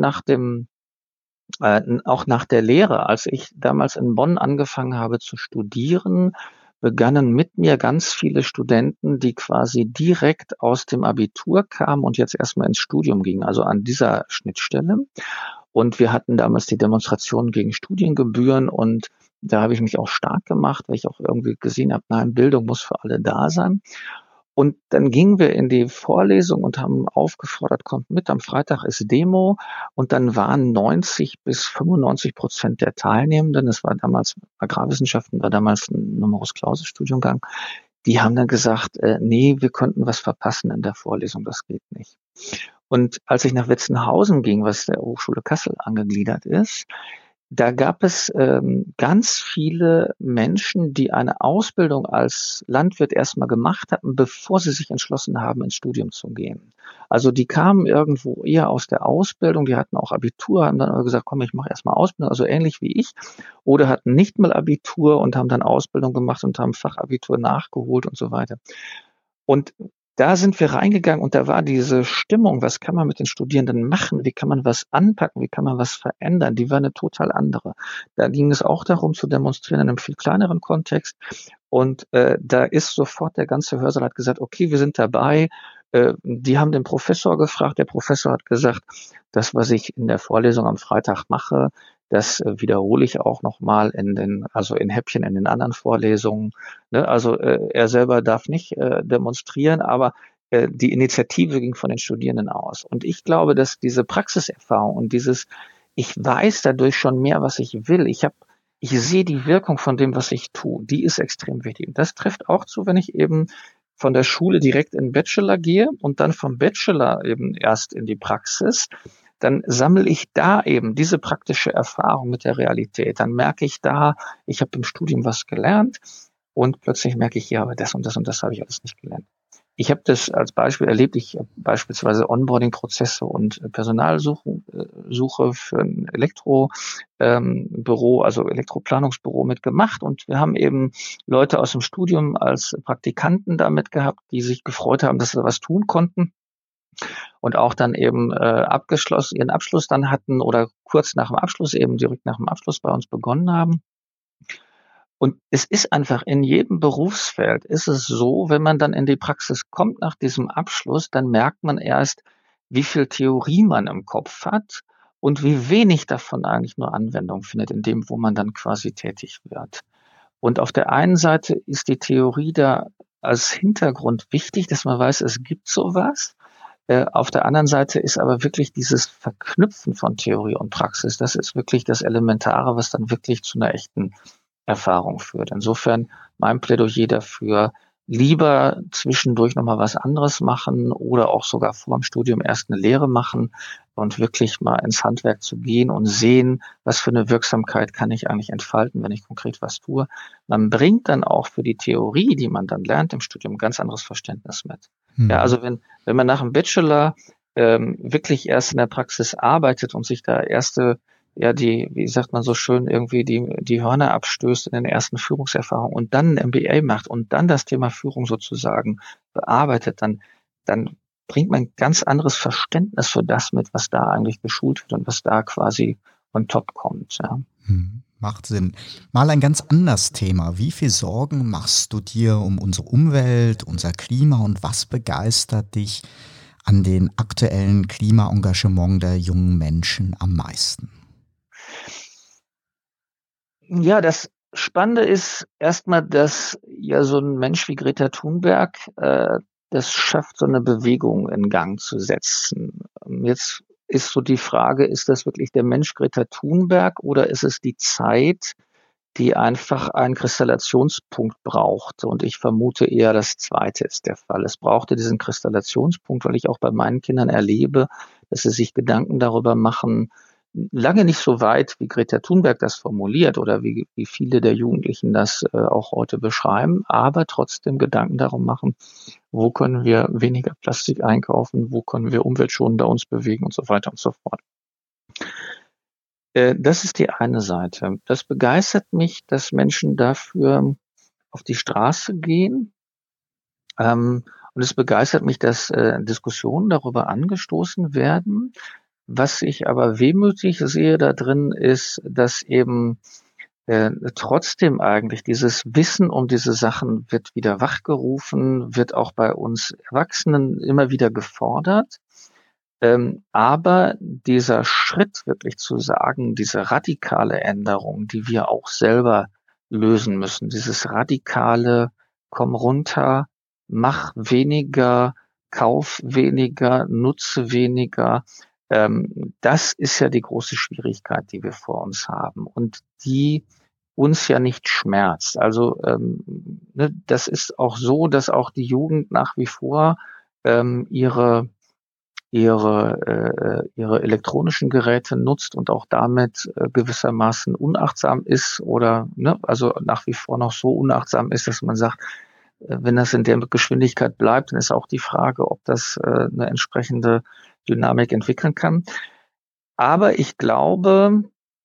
auch nach der Lehre, als ich damals in Bonn angefangen habe zu studieren, begannen mit mir ganz viele Studenten, die quasi direkt aus dem Abitur kamen und jetzt erstmal ins Studium gingen, also an dieser Schnittstelle. Und wir hatten damals die Demonstration gegen Studiengebühren, und da habe ich mich auch stark gemacht, weil ich auch irgendwie gesehen habe, nein, Bildung muss für alle da sein. Und dann gingen wir in die Vorlesung und haben aufgefordert, kommt mit, am Freitag ist Demo. Und dann waren 90-95% der Teilnehmenden, das war damals, Agrarwissenschaften war damals ein Numerus Clausus Studiengang, die haben dann gesagt, nee, wir könnten was verpassen in der Vorlesung, das geht nicht. Und als ich nach Wetzenhausen ging, was der Hochschule Kassel angegliedert ist, da gab es ganz viele Menschen, die eine Ausbildung als Landwirt erstmal gemacht hatten, bevor sie sich entschlossen haben, ins Studium zu gehen. Also die kamen irgendwo eher aus der Ausbildung, die hatten auch Abitur, haben dann aber gesagt, komm, ich mache erstmal Ausbildung, also ähnlich wie ich, oder hatten nicht mal Abitur und haben dann Ausbildung gemacht und haben Fachabitur nachgeholt und so weiter. Und da sind wir reingegangen und da war diese Stimmung, was kann man mit den Studierenden machen, wie kann man was anpacken, wie kann man was verändern, die war eine total andere. Da ging es auch darum zu demonstrieren in einem viel kleineren Kontext, und da ist sofort der ganze Hörsaal hat gesagt, okay, wir sind dabei. Die haben den Professor gefragt, der Professor hat gesagt, das, was ich in der Vorlesung am Freitag mache, das wiederhole ich auch nochmal in Häppchen in den anderen Vorlesungen. Ne? Also er selber darf nicht demonstrieren, aber die Initiative ging von den Studierenden aus. Und ich glaube, dass diese Praxiserfahrung und ich weiß dadurch schon mehr, was ich will. Ich sehe die Wirkung von dem, was ich tue. Die ist extrem wichtig. Und das trifft auch zu, wenn ich eben von der Schule direkt in den Bachelor gehe und dann vom Bachelor eben erst in die Praxis. Dann sammle ich da eben diese praktische Erfahrung mit der Realität. Dann merke ich da, ich habe im Studium was gelernt und plötzlich merke ich, ja, aber das und das und das habe ich alles nicht gelernt. Ich habe das als Beispiel erlebt, ich habe beispielsweise Onboarding-Prozesse und Personalsuche für ein Elektrobüro, also Elektroplanungsbüro mitgemacht, und wir haben eben Leute aus dem Studium als Praktikanten damit gehabt, die sich gefreut haben, dass sie was tun konnten. Und auch dann eben ihren Abschluss dann hatten oder kurz nach dem Abschluss eben direkt nach dem Abschluss bei uns begonnen haben. Und es ist einfach in jedem Berufsfeld ist es so, wenn man dann in die Praxis kommt nach diesem Abschluss, dann merkt man erst, wie viel Theorie man im Kopf hat und wie wenig davon eigentlich nur Anwendung findet in dem, wo man dann quasi tätig wird. Und auf der einen Seite ist die Theorie da als Hintergrund wichtig, dass man weiß, es gibt sowas. Auf der anderen Seite ist aber wirklich dieses Verknüpfen von Theorie und Praxis, das ist wirklich das Elementare, was dann wirklich zu einer echten Erfahrung führt. Insofern mein Plädoyer dafür, lieber zwischendurch nochmal was anderes machen oder auch sogar vor dem Studium erst eine Lehre machen und wirklich mal ins Handwerk zu gehen und sehen, was für eine Wirksamkeit kann ich eigentlich entfalten, wenn ich konkret was tue. Man bringt dann auch für die Theorie, die man dann lernt im Studium, ein ganz anderes Verständnis mit. Ja, also wenn man nach dem Bachelor wirklich erst in der Praxis arbeitet und sich da wie sagt man so schön, irgendwie die Hörner abstößt in den ersten Führungserfahrungen und dann ein MBA macht und dann das Thema Führung sozusagen bearbeitet, dann bringt man ein ganz anderes Verständnis für das mit, was da eigentlich geschult wird und was da quasi on top kommt. Ja. macht Sinn. Mal ein ganz anderes Thema. Wie viel Sorgen machst du dir um unsere Umwelt, unser Klima und was begeistert dich an den aktuellen Klimaengagement der jungen Menschen am meisten? Ja, das Spannende ist erstmal, dass ja so ein Mensch wie Greta Thunberg das schafft, so eine Bewegung in Gang zu setzen. Jetzt ist so die Frage, ist das wirklich der Mensch Greta Thunberg oder ist es die Zeit, die einfach einen Kristallationspunkt braucht? Und ich vermute eher, das Zweite ist der Fall. Es brauchte diesen Kristallationspunkt, weil ich auch bei meinen Kindern erlebe, dass sie sich Gedanken darüber machen, lange nicht so weit, wie Greta Thunberg das formuliert oder wie viele der Jugendlichen das auch heute beschreiben, aber trotzdem Gedanken darum machen, wo können wir weniger Plastik einkaufen, wo können wir umweltschonender uns bewegen und so weiter und so fort. Das ist die eine Seite. Das begeistert mich, dass Menschen dafür auf die Straße gehen. Und es begeistert mich, dass Diskussionen darüber angestoßen werden. Was ich aber wehmütig sehe da drin, ist, dass eben trotzdem eigentlich dieses Wissen um diese Sachen wird wieder wachgerufen, wird auch bei uns Erwachsenen immer wieder gefordert. Aber dieser Schritt wirklich zu sagen, diese radikale Änderung, die wir auch selber lösen müssen, dieses radikale, komm runter, mach weniger, kauf weniger, nutze weniger, das ist ja die große Schwierigkeit, die wir vor uns haben und die uns ja nicht schmerzt. Also das ist auch so, dass auch die Jugend nach wie vor ihre elektronischen Geräte nutzt und auch damit gewissermaßen unachtsam ist oder also nach wie vor noch so unachtsam ist, dass man sagt, wenn das in der Geschwindigkeit bleibt, dann ist auch die Frage, ob das eine entsprechende Dynamik entwickeln kann. Aber ich glaube,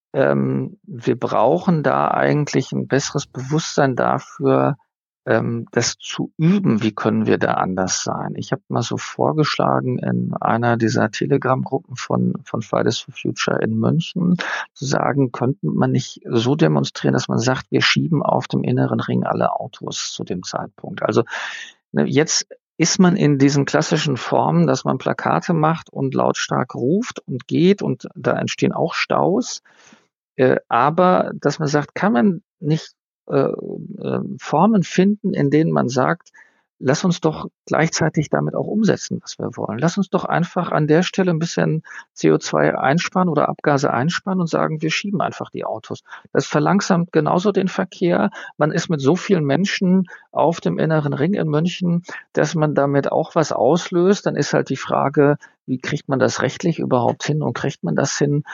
wir brauchen da eigentlich ein besseres Bewusstsein dafür, das zu üben, wie können wir da anders sein. Ich habe mal so vorgeschlagen in einer dieser Telegram-Gruppen von Fridays for Future in München, zu sagen, könnte man nicht so demonstrieren, dass man sagt, wir schieben auf dem inneren Ring alle Autos zu dem Zeitpunkt. Also jetzt ist man in diesen klassischen Formen, dass man Plakate macht und lautstark ruft und geht und da entstehen auch Staus. Aber dass man sagt, kann man nicht Formen finden, in denen man sagt, lass uns doch gleichzeitig damit auch umsetzen, was wir wollen. Lass uns doch einfach an der Stelle ein bisschen CO2 einsparen oder Abgase einsparen und sagen, wir schieben einfach die Autos. Das verlangsamt genauso den Verkehr. Man ist mit so vielen Menschen auf dem inneren Ring in München, dass man damit auch was auslöst. Dann ist halt die Frage, wie kriegt man das rechtlich überhaupt hin und kriegt man das hin?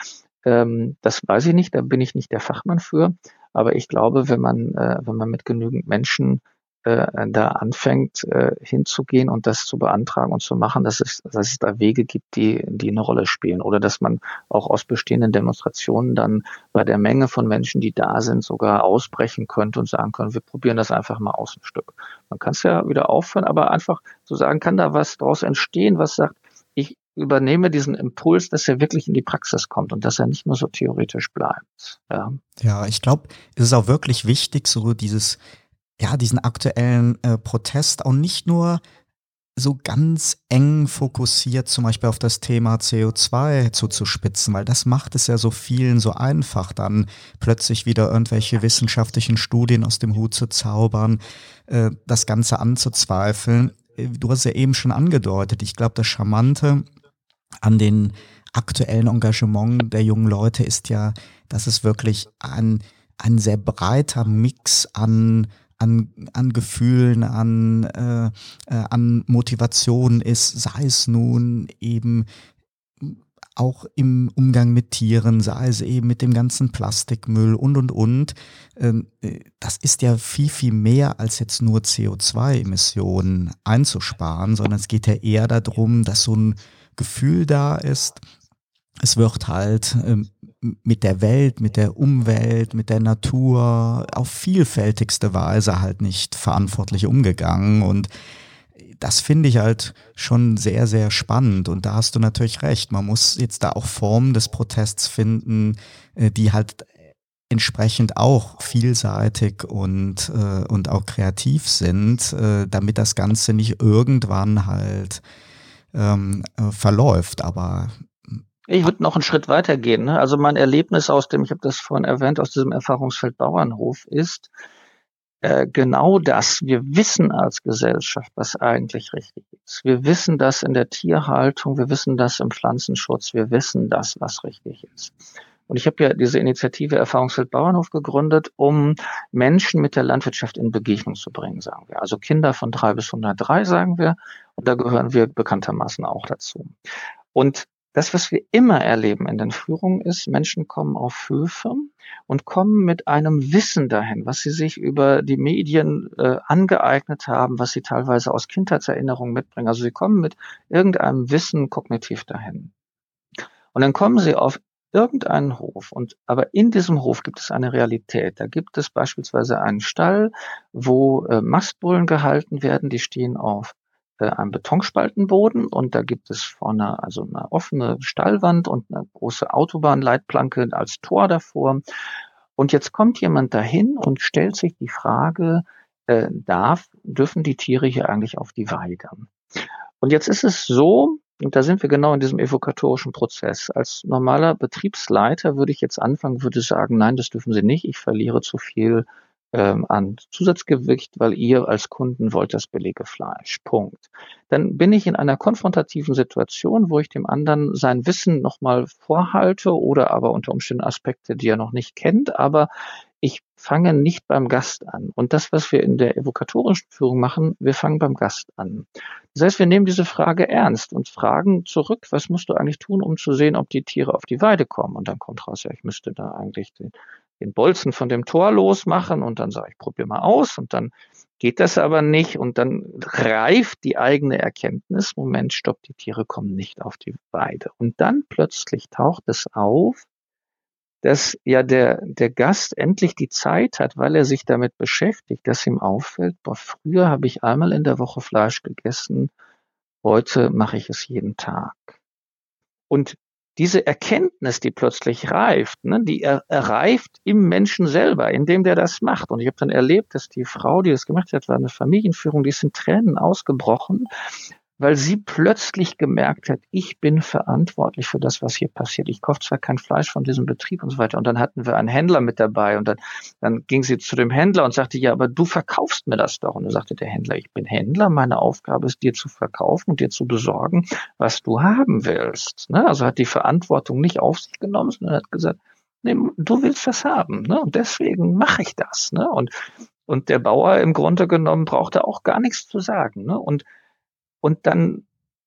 Das weiß ich nicht, da bin ich nicht der Fachmann für. Aber ich glaube, wenn man mit genügend Menschen da anfängt hinzugehen und das zu beantragen und zu machen, dass es da Wege gibt, die eine Rolle spielen. Oder dass man auch aus bestehenden Demonstrationen dann bei der Menge von Menschen, die da sind, sogar ausbrechen könnte und sagen können, wir probieren das einfach mal aus ein Stück. Man kann es ja wieder aufhören, aber einfach zu sagen, kann da was daraus entstehen, was sagt, ich übernehme diesen Impuls, dass er wirklich in die Praxis kommt und dass er nicht nur so theoretisch bleibt. Ja, ich glaube, es ist auch wirklich wichtig, so diesen aktuellen Protest auch nicht nur so ganz eng fokussiert zum Beispiel auf das Thema CO2 zuzuspitzen, weil das macht es ja so vielen so einfach, dann plötzlich wieder irgendwelche wissenschaftlichen Studien aus dem Hut zu zaubern, das Ganze anzuzweifeln. Du hast ja eben schon angedeutet, ich glaube, das Charmante an den aktuellen Engagement der jungen Leute ist ja, dass es wirklich ein sehr breiter Mix an Gefühlen, an Motivationen ist, sei es nun eben auch im Umgang mit Tieren, sei es eben mit dem ganzen Plastikmüll und. Das ist ja viel, viel mehr als jetzt nur CO2-Emissionen einzusparen, sondern es geht ja eher darum, dass so ein Gefühl da ist, es wird halt mit der Welt, mit der Umwelt, mit der Natur auf vielfältigste Weise halt nicht verantwortlich umgegangen und das finde ich halt schon sehr, sehr spannend und da hast du natürlich recht, man muss jetzt da auch Formen des Protests finden, die halt entsprechend auch vielseitig und auch kreativ sind, damit das Ganze nicht irgendwann halt verläuft. Aber Ich würde noch einen Schritt weiter gehen. Ne? Also mein Erlebnis ich habe das vorhin erwähnt, aus diesem Erfahrungsfeld Bauernhof ist genau das. Wir wissen als Gesellschaft, was eigentlich richtig ist. Wir wissen das in der Tierhaltung, wir wissen das im Pflanzenschutz, wir wissen das, was richtig ist. Und ich habe ja diese Initiative Erfahrungsfeld Bauernhof gegründet, um Menschen mit der Landwirtschaft in Begegnung zu bringen, sagen wir. Also Kinder von 3 bis 103, sagen wir. Und da gehören wir bekanntermaßen auch dazu. Und das, was wir immer erleben in den Führungen, ist, Menschen kommen auf Höfe und kommen mit einem Wissen dahin, was sie sich über die Medien angeeignet haben, was sie teilweise aus Kindheitserinnerungen mitbringen. Also sie kommen mit irgendeinem Wissen kognitiv dahin. Und dann kommen sie auf irgendeinen Hof. Aber in diesem Hof gibt es eine Realität. Da gibt es beispielsweise einen Stall, wo Mastbullen gehalten werden. Die stehen auf einem Betonspaltenboden und da gibt es vorne also eine offene Stallwand und eine große Autobahnleitplanke als Tor davor. Und jetzt kommt jemand dahin und stellt sich die Frage, dürfen die Tiere hier eigentlich auf die Weide? Und jetzt ist es so, und da sind wir genau in diesem evokatorischen Prozess. Als normaler Betriebsleiter würde ich jetzt anfangen, würde sagen, nein, das dürfen Sie nicht, ich verliere zu viel an Zusatzgewicht, weil ihr als Kunden wollt das billige Fleisch. Punkt. Dann bin ich in einer konfrontativen Situation, wo ich dem anderen sein Wissen nochmal vorhalte oder aber unter Umständen Aspekte, die er noch nicht kennt, aber ich fange nicht beim Gast an. Und das, was wir in der evokatorischen Führung machen, wir fangen beim Gast an. Das heißt, wir nehmen diese Frage ernst und fragen zurück, was musst du eigentlich tun, um zu sehen, ob die Tiere auf die Weide kommen? Und dann kommt raus, ja, ich müsste da eigentlich den Bolzen von dem Tor losmachen und dann sage ich, probier mal aus und dann geht das aber nicht und dann reift die eigene Erkenntnis, Moment, stopp, die Tiere kommen nicht auf die Weide. Und dann plötzlich taucht es auf, dass ja der Gast endlich die Zeit hat, weil er sich damit beschäftigt, dass ihm auffällt, früher habe ich einmal in der Woche Fleisch gegessen, heute mache ich es jeden Tag. Und diese Erkenntnis, die plötzlich reift, ne, die reift im Menschen selber, indem der das macht. Und ich habe dann erlebt, dass die Frau, die das gemacht hat, war eine Familienführung, die ist in Tränen ausgebrochen, weil sie plötzlich gemerkt hat, ich bin verantwortlich für das, was hier passiert. Ich kaufe zwar kein Fleisch von diesem Betrieb und so weiter. Und dann hatten wir einen Händler mit dabei und dann ging sie zu dem Händler und sagte, ja, aber du verkaufst mir das doch. Und dann sagte der Händler, ich bin Händler, meine Aufgabe ist, dir zu verkaufen und dir zu besorgen, was du haben willst. Ne? Also hat die Verantwortung nicht auf sich genommen, sondern hat gesagt, nee, du willst das haben, ne? Und deswegen mache ich das. Ne? Und der Bauer im Grunde genommen brauchte auch gar nichts zu sagen. Ne? Und dann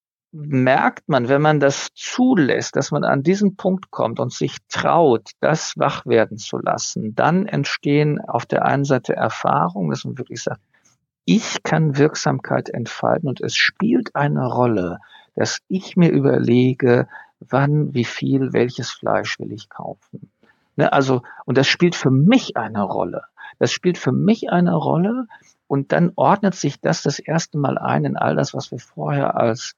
merkt man, wenn man das zulässt, dass man an diesen Punkt kommt und sich traut, das wach werden zu lassen, dann entstehen auf der einen Seite Erfahrungen, dass man wirklich sagt, ich kann Wirksamkeit entfalten und es spielt eine Rolle, dass ich mir überlege, wann, wie viel, welches Fleisch will ich kaufen. Ne, also, und das spielt für mich eine Rolle. Das spielt für mich eine Rolle. Und dann ordnet sich das erste Mal ein in all das, was wir vorher als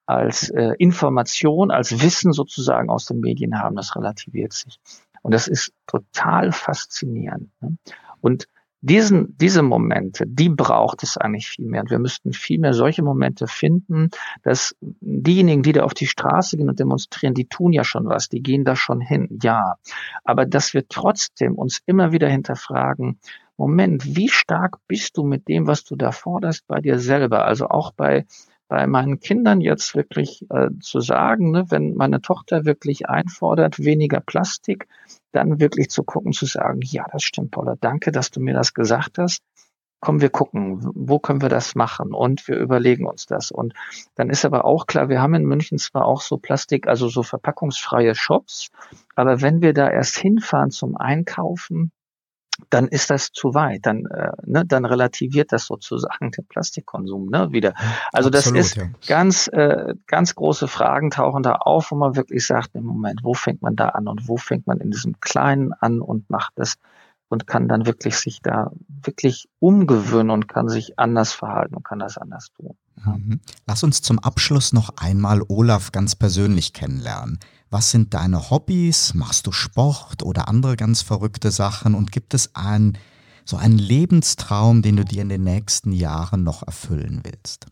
Information, als Wissen sozusagen aus den Medien haben. Das relativiert sich. Und das ist total faszinierend. Ne? Und diese Momente, die braucht es eigentlich viel mehr. Und wir müssten viel mehr solche Momente finden, dass diejenigen, die da auf die Straße gehen und demonstrieren, die tun ja schon was, die gehen da schon hin, ja. Aber dass wir trotzdem uns immer wieder hinterfragen, Moment, wie stark bist du mit dem, was du da forderst, bei dir selber? Also auch bei meinen Kindern jetzt wirklich zu sagen, ne, wenn meine Tochter wirklich einfordert, weniger Plastik, dann wirklich zu gucken, zu sagen, ja, das stimmt, Paula, danke, dass du mir das gesagt hast. Komm, wir gucken, wo können wir das machen? Und wir überlegen uns das. Und dann ist aber auch klar, wir haben in München zwar auch so Plastik, also so verpackungsfreie Shops, aber wenn wir da erst hinfahren zum Einkaufen, dann ist das zu weit, dann relativiert das sozusagen den Plastikkonsum wieder. Also absolut, das ist ja. Ganz große Fragen tauchen da auf, wo man wirklich sagt, im Moment, wo fängt man da an und wo fängt man in diesem Kleinen an und macht das und kann dann wirklich sich da wirklich umgewöhnen und kann sich anders verhalten und kann das anders tun. Lass uns zum Abschluss noch einmal Olaf ganz persönlich kennenlernen. Was sind deine Hobbys? Machst du Sport oder andere ganz verrückte Sachen? Und gibt es einen Lebenstraum, den du dir in den nächsten Jahren noch erfüllen willst?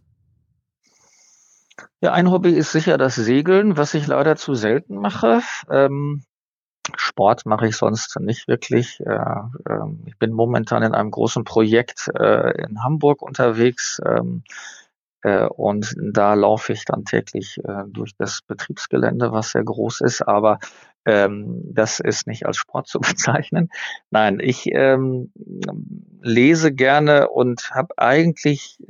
Ja, ein Hobby ist sicher das Segeln, was ich leider zu selten mache. Sport mache ich sonst nicht wirklich. Ich bin momentan in einem großen Projekt in Hamburg unterwegs. Und da laufe ich dann täglich durch das Betriebsgelände, was sehr groß ist, aber das ist nicht als Sport zu bezeichnen. Nein, ich lese gerne und habe eigentlich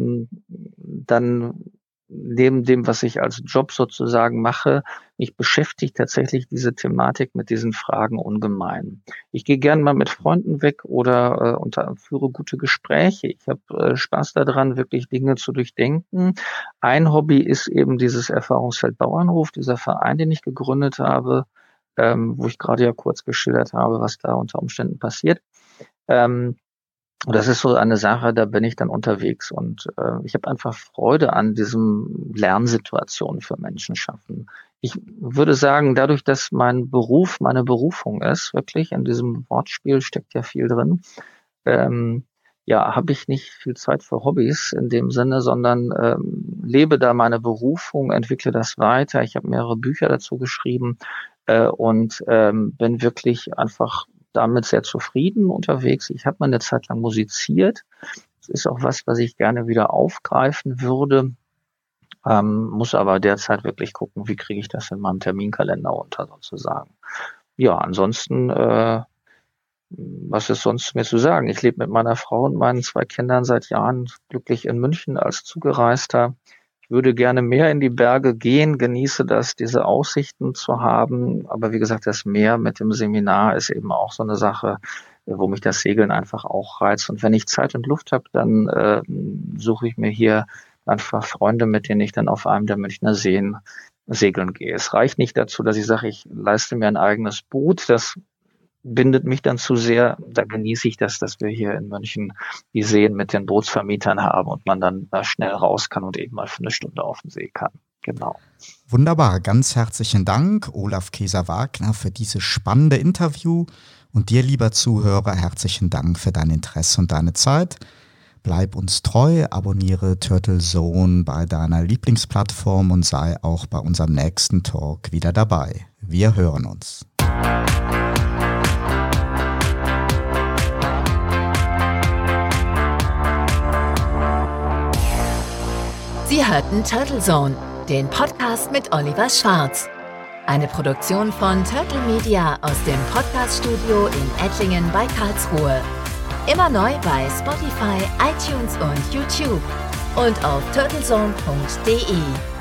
dann neben dem, was ich als Job sozusagen mache, mich beschäftigt tatsächlich diese Thematik mit diesen Fragen ungemein. Ich gehe gern mal mit Freunden weg oder führe gute Gespräche. Ich habe Spaß daran, wirklich Dinge zu durchdenken. Ein Hobby ist eben dieses Erfahrungsfeld Bauernhof, dieser Verein, den ich gegründet habe, wo ich gerade ja kurz geschildert habe, was da unter Umständen passiert. Und das ist so eine Sache, da bin ich dann unterwegs und ich habe einfach Freude an diesem Lernsituationen für Menschen schaffen. Ich würde sagen, dadurch, dass mein Beruf meine Berufung ist, wirklich in diesem Wortspiel steckt ja viel drin, habe ich nicht viel Zeit für Hobbys in dem Sinne, sondern lebe da meine Berufung, entwickle das weiter. Ich habe mehrere Bücher dazu geschrieben und bin wirklich einfach damit sehr zufrieden unterwegs. Ich habe mal eine Zeit lang musiziert. Das ist auch was ich gerne wieder aufgreifen würde. Muss aber derzeit wirklich gucken, wie kriege ich das in meinem Terminkalender unter sozusagen. Ja, ansonsten, was ist sonst mir zu sagen? Ich lebe mit meiner Frau und meinen 2 Kindern seit Jahren glücklich in München als Zugereister. Ich würde gerne mehr in die Berge gehen, genieße das, diese Aussichten zu haben. Aber wie gesagt, das Meer mit dem Seminar ist eben auch so eine Sache, wo mich das Segeln einfach auch reizt. Und wenn ich Zeit und Luft habe, dann suche ich mir hier einfach Freunde, mit denen ich dann auf einem der Münchner Seen segeln gehe. Es reicht nicht dazu, dass ich sage, ich leiste mir ein eigenes Boot. Das bindet mich dann zu sehr. Da genieße ich das, dass wir hier in München die Seen mit den Bootsvermietern haben und man dann da schnell raus kann und eben mal für eine Stunde auf den See kann. Genau. Wunderbar. Ganz herzlichen Dank, Olaf Keser-Wagner, für dieses spannende Interview. Und dir, lieber Zuhörer, herzlichen Dank für dein Interesse und deine Zeit. Bleib uns treu, abonniere Turtle Zone bei deiner Lieblingsplattform und sei auch bei unserem nächsten Talk wieder dabei. Wir hören uns. Sie hörten Turtle Zone, den Podcast mit Oliver Schwarz. Eine Produktion von Turtle Media aus dem Podcaststudio in Ettlingen bei Karlsruhe. Immer neu bei Spotify, iTunes und YouTube und auf turtlezone.de.